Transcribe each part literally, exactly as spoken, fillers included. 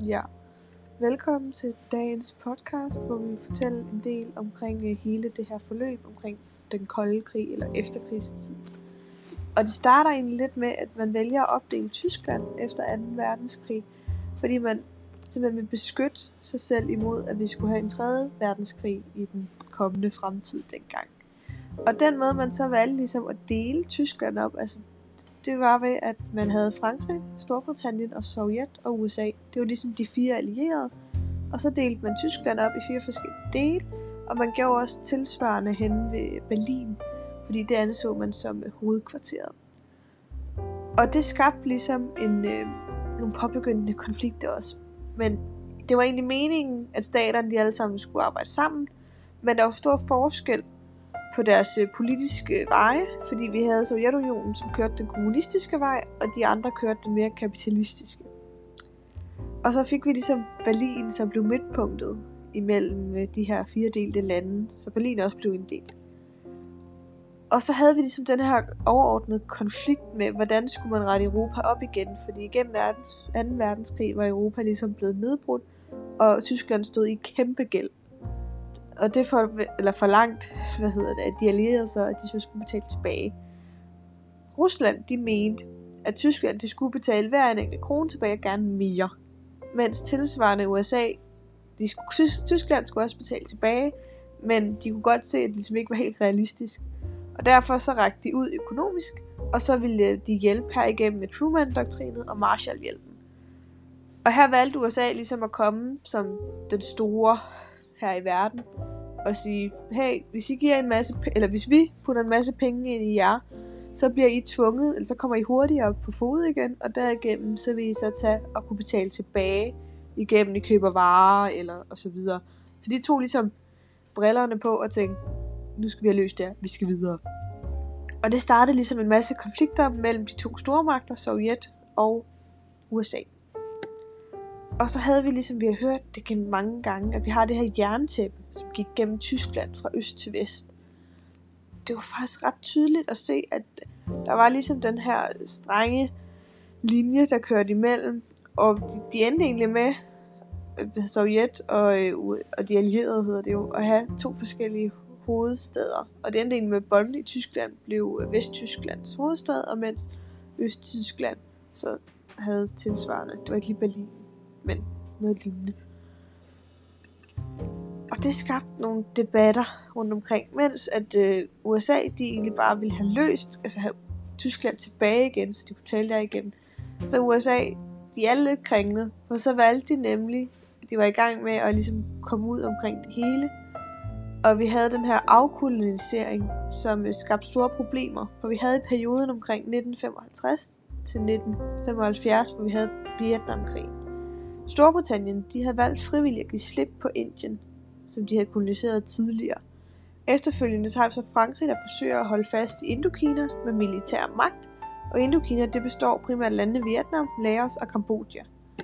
Ja, velkommen til dagens podcast, hvor vi vil fortælle en del omkring uh, hele det her forløb omkring den kolde krig eller efterkrigstid. Og det starter egentlig lidt med, at man vælger at opdele Tyskland efter anden verdenskrig, fordi man simpelthen vil beskytte sig selv imod, at vi skulle have en tredje verdenskrig i den kommende fremtid dengang. Og den måde, man så valgte ligesom at dele Tyskland op, altså det var ved, at man havde Frankrig, Storbritannien og Sovjet og U S A. Det var ligesom de fire allierede. Og så delte man Tyskland op i fire forskellige dele, og man gjorde også tilsvarende hen ved Berlin, fordi det anså man som hovedkvarteret. Og det skabte ligesom en, øh, nogle påbegyndende konflikter også. Men det var egentlig meningen, at staterne de alle sammen skulle arbejde sammen, men der var stor forskel på deres politiske veje, fordi vi havde Sovjetunionen, som kørte den kommunistiske vej, og de andre kørte den mere kapitalistiske. Og så fik vi ligesom Berlin, som blev midtpunktet imellem de her fire delte lande, så Berlin også blev en del. Og så havde vi ligesom den her overordnede konflikt med, hvordan skulle man rette Europa op igen, fordi igennem anden verdenskrig var Europa ligesom blevet nedbrudt, og Tyskland stod i kæmpe gæld. Og det for, eller for langt, hvad hedder det, at de allierede sig, at de så skulle betale tilbage. Rusland, de mente, at Tyskland, de skulle betale hver en enkelt krone tilbage og gerne mere. Mens tilsvarende U S A, de skulle, Tyskland skulle også betale tilbage, men de kunne godt se, at det ligesom ikke var helt realistisk. Og derfor så rakte de ud økonomisk, og så ville de hjælpe her igennem med Truman-doktrinet og Marshall-hjælpen. Og her valgte U S A ligesom at komme som den store her i verden, og sige, hey, hvis I giver en masse, eller hvis vi putter en masse penge ind i jer, så bliver I tvunget, eller så kommer I hurtigere på fod igen, og derigennem så vil I så tage og kunne betale tilbage, igennem I køber varer, eller og så videre. Så de tog ligesom brillerne på og tænkte, nu skal vi have løst det her, vi skal videre. Og det startede ligesom en masse konflikter mellem de to stormagter, Sovjet og U S A. Og så havde vi ligesom, vi har hørt det gennem mange gange, at vi har det her jerntæppe, som gik gennem Tyskland fra øst til vest. Det var faktisk ret tydeligt at se, at der var ligesom den her strenge linje, der kørte imellem. Og de, de endte egentlig med, Sovjet og, og de allierede hedder det jo, at have to forskellige hovedsteder. Og det endte egentlig med, at Bonn i Tyskland blev Vesttysklands hovedstad, og mens Østtyskland så havde tilsvarende. Det var ikke lige Berlin, men noget lignende. Og det skabte nogle debatter rundt omkring, mens at øh, U S A, de egentlig bare ville have løst, altså have Tyskland tilbage igen, så de kunne tale der igennem. Så U S A, de er alle lidt kringlede, for så valgte de nemlig, de var i gang med at ligesom komme ud omkring det hele. Og vi havde den her afkolonisering, som skabte store problemer, for vi havde i perioden omkring nitten femoghalvtreds til nitten femoghalvfjerds, hvor vi havde Vietnamkrigen. Storbritannien, de havde valgt frivilligt at give slip på Indien, som de havde koloniseret tidligere. Efterfølgende så har vi så Frankrig, der forsøger at holde fast i Indokina med militær magt, og Indokina, det består primært af landene Vietnam, Laos og Kambodja.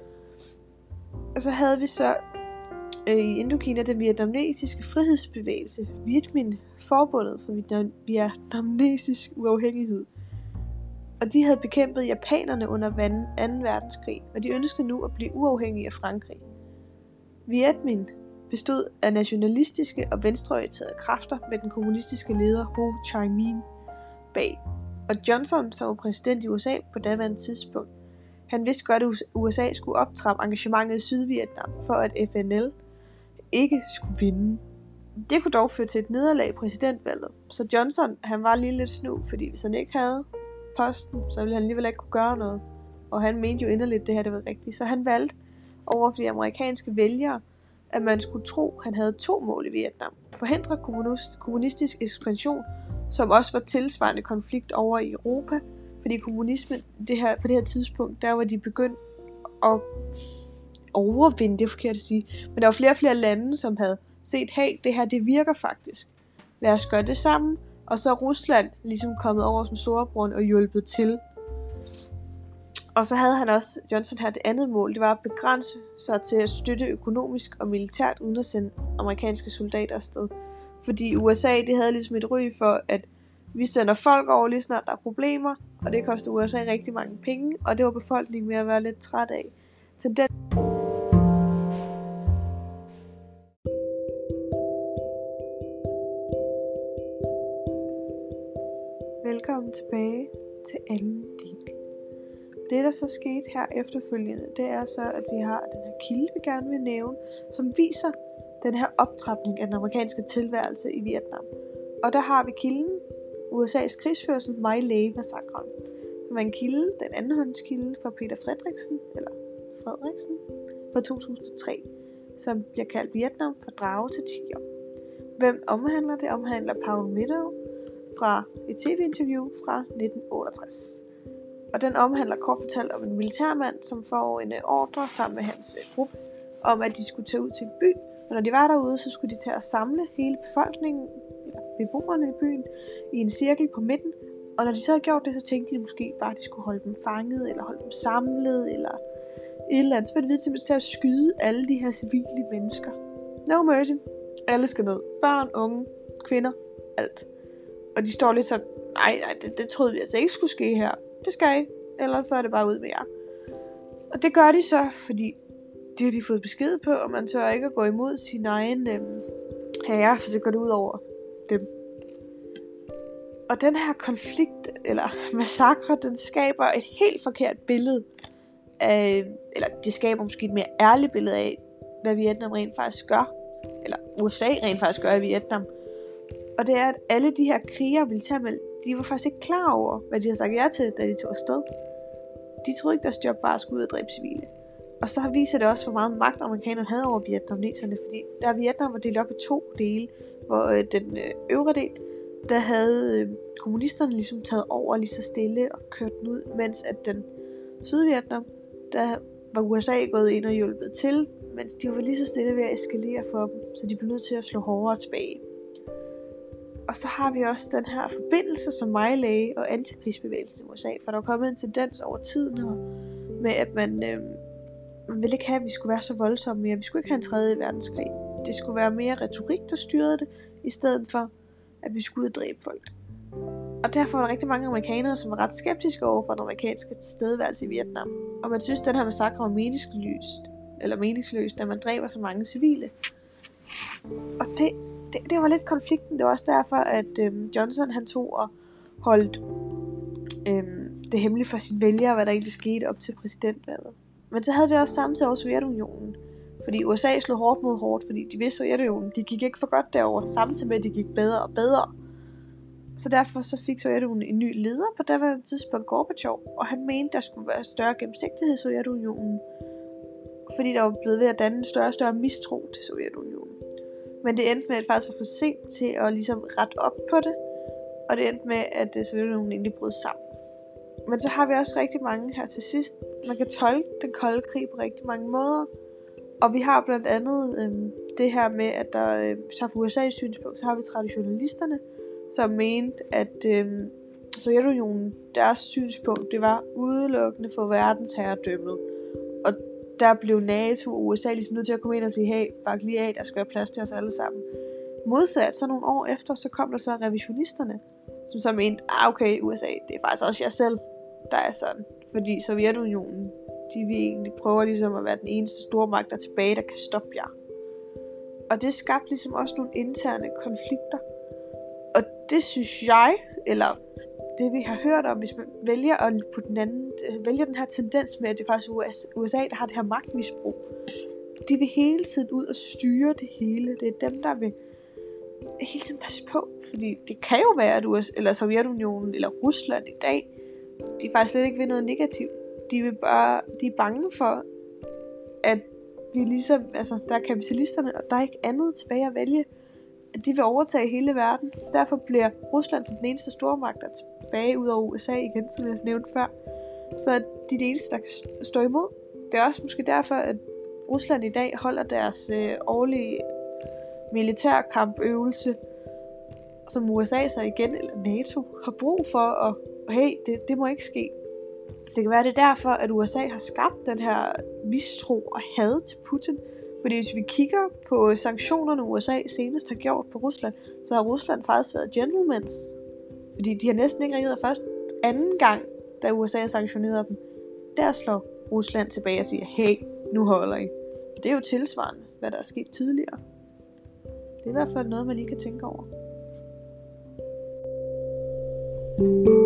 Og så havde vi så øh, i Indokina den vietnamesiske frihedsbevægelse, Viet Minh, forbundet for vietnamesisk uafhængighed. Og de havde bekæmpet japanerne under anden verdenskrig, og de ønskede nu at blive uafhængige af Frankrig. Viet Minh bestod af nationalistiske og venstreorienterede kræfter med den kommunistiske leder Ho Chi Minh bag. Og Johnson, som var præsident i U S A på daværende tidspunkt, han vidste godt, at U S A skulle optrappe engagementet i Sydvietnam, for at F N L ikke skulle vinde. Det kunne dog føre til et nederlag i præsidentvalget, så Johnson han var lige lidt snu, fordi hvis han ikke havde posten, så ville han alligevel ikke kunne gøre noget. Og han mente jo inderligt, det her det var rigtigt. Så han valgte over for de amerikanske vælgere, at man skulle tro, at han havde to mål i Vietnam. Forhindre kommunist, kommunistisk ekspansion, som også var tilsvarende konflikt over i Europa. Fordi kommunismen det her, på det her tidspunkt, der var de begyndt at overvinde, det er forkert at sige. Men der var flere og flere lande, som havde set, hey, det her det virker faktisk. Lad os gøre det sammen. Og så er Rusland ligesom kommet over som storebror og hjulpet til. Og så havde han også, Johnson her, det andet mål, det var at begrænse sig til at støtte økonomisk og militært, uden at sende amerikanske soldater afsted. Fordi U S A, det havde ligesom et ry for, at vi sender folk over lige snart der er problemer, og det koster U S A rigtig mange penge, og det var befolkningen ved at være lidt træt af. Så den velkommen tilbage til anden del. Det, der så skete her efterfølgende, det er så, at vi har den her kilde, vi gerne vil nævne, som viser den her optrapning af den amerikanske tilværelse i Vietnam. Og der har vi kilden, U S A's krigsførsel, My Lai-massakren, som er en kilde, den andenhåndskilde fra Peter Frederiksen, eller Frederiksen, fra to tusind og tre, som bliver kaldt Vietnam fra drage til tiger. Hvem omhandler det? Omhandler Paul Meadow fra et tv-interview fra nitten otteogtres. Og den omhandler kort fortalt om en militærmand, som får en ordre sammen med hans gruppe, om at de skulle tage ud til en by. Og når de var derude, så skulle de tage at samle hele befolkningen, eller beboerne i byen, i en cirkel på midten. Og når de så havde gjort det, så tænkte de måske bare, at de skulle holde dem fanget, eller holde dem samlet, eller et eller andet. Så var det vidt simpelthen til at skyde alle de her civile mennesker. No mercy. Alle skal ned. Børn, unge, kvinder, alt. Og de står lidt sådan, nej, nej, det, det troede vi altså ikke skulle ske her. Det skal I, ellers så er det bare ud med jer. Og det gør de så, fordi det har de fået besked på, og man tør ikke at gå imod sin egen øhm, herre, for det går det ud over dem. Og den her konflikt, eller massakre, den skaber et helt forkert billede af, eller det skaber måske et mere ærligt billede af, hvad Vietnam rent faktisk gør, eller U S A rent faktisk gør i Vietnam. Og det er, at alle de her krigere og militærmænd, de var faktisk ikke klar over, hvad de havde sagt ja til, da de tog afsted. De troede ikke, deres job bare skulle ud og dræbe civile. Og så viser det også, hvor meget magt amerikanerne havde over vietnameserne, fordi der Vietnam var delt op i to dele, hvor øh, den øh, øvre del, der havde øh, kommunisterne ligesom taget over lige så stille og kørt den ud, mens at den Sydvietnam, der var U S A gået ind og hjulpet til, men de var lige så stille ved at eskalere for dem, så de blev nødt til at slå hårdere tilbage. Og så har vi også den her forbindelse som My Lai og antikrigsbevægelsen i U S A, for der er kommet en tendens over tiden her, med at man, øh, man ville ikke have, at vi skulle være så voldsomme mere. Vi skulle ikke have en tredje verdenskrig. Det skulle være mere retorik, der styrede det, i stedet for, at vi skulle ud og dræbe folk. Og derfor er der rigtig mange amerikanere, som er ret skeptiske over for den amerikanske tilstedeværelse i Vietnam. Og man synes, at den her massakre var meningsløst, eller meningsløst, da man dræber så mange civile. Og det, det, det var lidt konflikten. Det var også derfor, at øhm, Johnson han tog og holdt øhm, det hemmeligt for sine vælgere, hvad der egentlig skete op til præsidentvalget. Men så havde vi også samtidig over Sovjetunionen. Fordi U S A slog hårdt mod hårdt, fordi de vidste, at Sovjetunionen de gik ikke for godt derover, samtidig med, at det gik bedre og bedre. Så derfor så fik Sovjetunionen en ny leder på det tidspunkt, Gorbachev, og han mente, der skulle være større gennemsigtighed i Sovjetunionen, fordi der var blevet ved at danne en større og større mistro til Sovjetunionen. Men det endte med, at det faktisk var for sent til at ligesom rette op på det, og det endte med, at Sovjetunionen egentlig brød sammen. Men så har vi også rigtig mange her til sidst. Man kan tolke den kolde krig på rigtig mange måder, og vi har blandt andet øhm, det her med, at der, øh, hvis vi tager fra U S A's synspunkt, så har vi traditionalisterne, som mente, at øhm, Sovjetunionen, deres synspunkt, det var udelukkende for verdensherredømmet. Og der blev NATO og U S A ligesom nødt til at komme ind og sige, hey, bak lige af, der skal være plads til os alle sammen. Modsat, så nogle år efter, så kom der så revisionisterne, som så mente, ah okay, U S A, det er faktisk også jer selv, der er sådan. Fordi Sovjetunionen, de vil egentlig prøve ligesom at være den eneste stormagt, der er tilbage, der kan stoppe jer. Og det skabte ligesom også nogle interne konflikter. Og det synes jeg, eller det vi har hørt om, hvis man vælger at på den anden, vælger den her tendens med, at det er faktisk U S A, der har det her magtmisbrug. De vil hele tiden ud og styre det hele. Det er dem, der vil hele tiden passe på. Fordi det kan jo være, at U S A, eller Sovjetunionen eller Rusland i dag, de faktisk slet ikke vil noget negativt. De vil bare, de er bange for, at vi ligesom, altså der er kapitalisterne, og der er ikke andet tilbage at vælge. At de vil overtage hele verden. Så derfor bliver Rusland som den eneste stormagt, der er tilbage ud over U S A igen, som jeg nævnte før. Så de er de eneste, der kan stå imod. Det er også måske derfor, at Rusland i dag holder deres øh, årlige militærkampøvelse, som U S A så igen, eller NATO, har brug for, og hey, det, det må ikke ske. Det kan være, det er derfor, at U S A har skabt den her mistro og had til Putin. Fordi hvis vi kigger på sanktionerne, U S A senest har gjort på Rusland, så har Rusland faktisk været gentlemans. Fordi de har næsten ikke reageret først anden gang, da U S A har sanktioneret dem. Der slår Rusland tilbage og siger, hey, nu holder I. Og det er jo tilsvarende, hvad der er sket tidligere. Det er i hvert fald noget, man lige kan tænke over. thank you